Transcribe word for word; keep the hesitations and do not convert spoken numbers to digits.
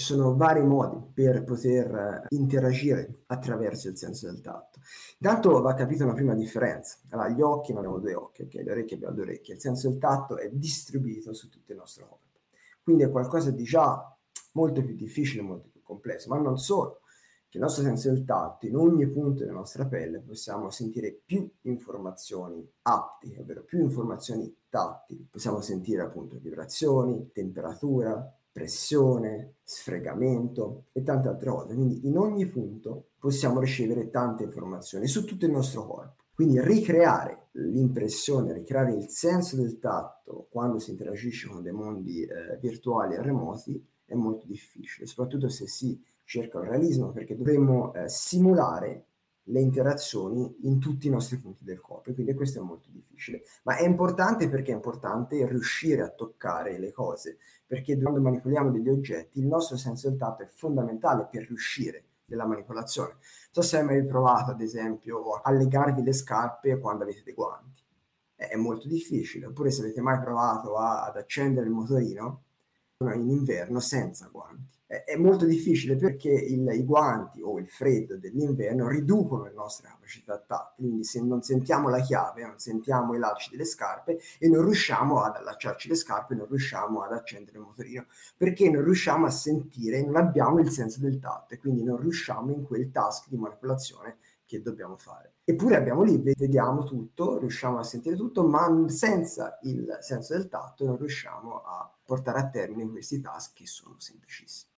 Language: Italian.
sono vari modi per poter interagire attraverso il senso del tatto. Intanto va capita una prima differenza. Allora, gli occhi, noi abbiamo due occhi, okay? Le orecchie abbiamo due orecchie. Il senso del tatto è distribuito su tutto il nostro corpo. Quindi è qualcosa di già molto più difficile, molto più complesso, ma non solo, che il nostro senso del tatto, in ogni punto della nostra pelle possiamo sentire più informazioni aptiche, ovvero più informazioni tattili. Possiamo sentire appunto vibrazioni, temperatura, pressione, sfregamento e tante altre cose. Quindi in ogni punto possiamo ricevere tante informazioni su tutto il nostro corpo. Quindi ricreare l'impressione, ricreare il senso del tatto quando si interagisce con dei mondi eh, virtuali e remoti è molto difficile, soprattutto se si cerca un realismo, perché dovremmo eh, simulare le interazioni in tutti i nostri punti del corpo, quindi questo è molto difficile. Ma è importante perché è importante riuscire a toccare le cose, perché quando manipoliamo degli oggetti il nostro senso del tatto è fondamentale per riuscire nella manipolazione. Non so se hai mai provato, ad esempio, a legarvi le scarpe quando avete dei guanti. È molto difficile. Oppure se avete mai provato a, ad accendere il motorino in inverno senza guanti. È, è molto difficile perché il, i guanti o il freddo dell'inverno riducono le nostre capacità tattili, quindi se non sentiamo la chiave, non sentiamo i lacci delle scarpe e non riusciamo ad allacciarci le scarpe, non riusciamo ad accendere il motorino, perché non riusciamo a sentire, non abbiamo il senso del tatto e quindi non riusciamo in quel task di manipolazione che dobbiamo fare. Eppure abbiamo lì, vediamo tutto, riusciamo a sentire tutto, ma senza il senso del tatto non riusciamo a portare a termine questi task che sono semplicissimi.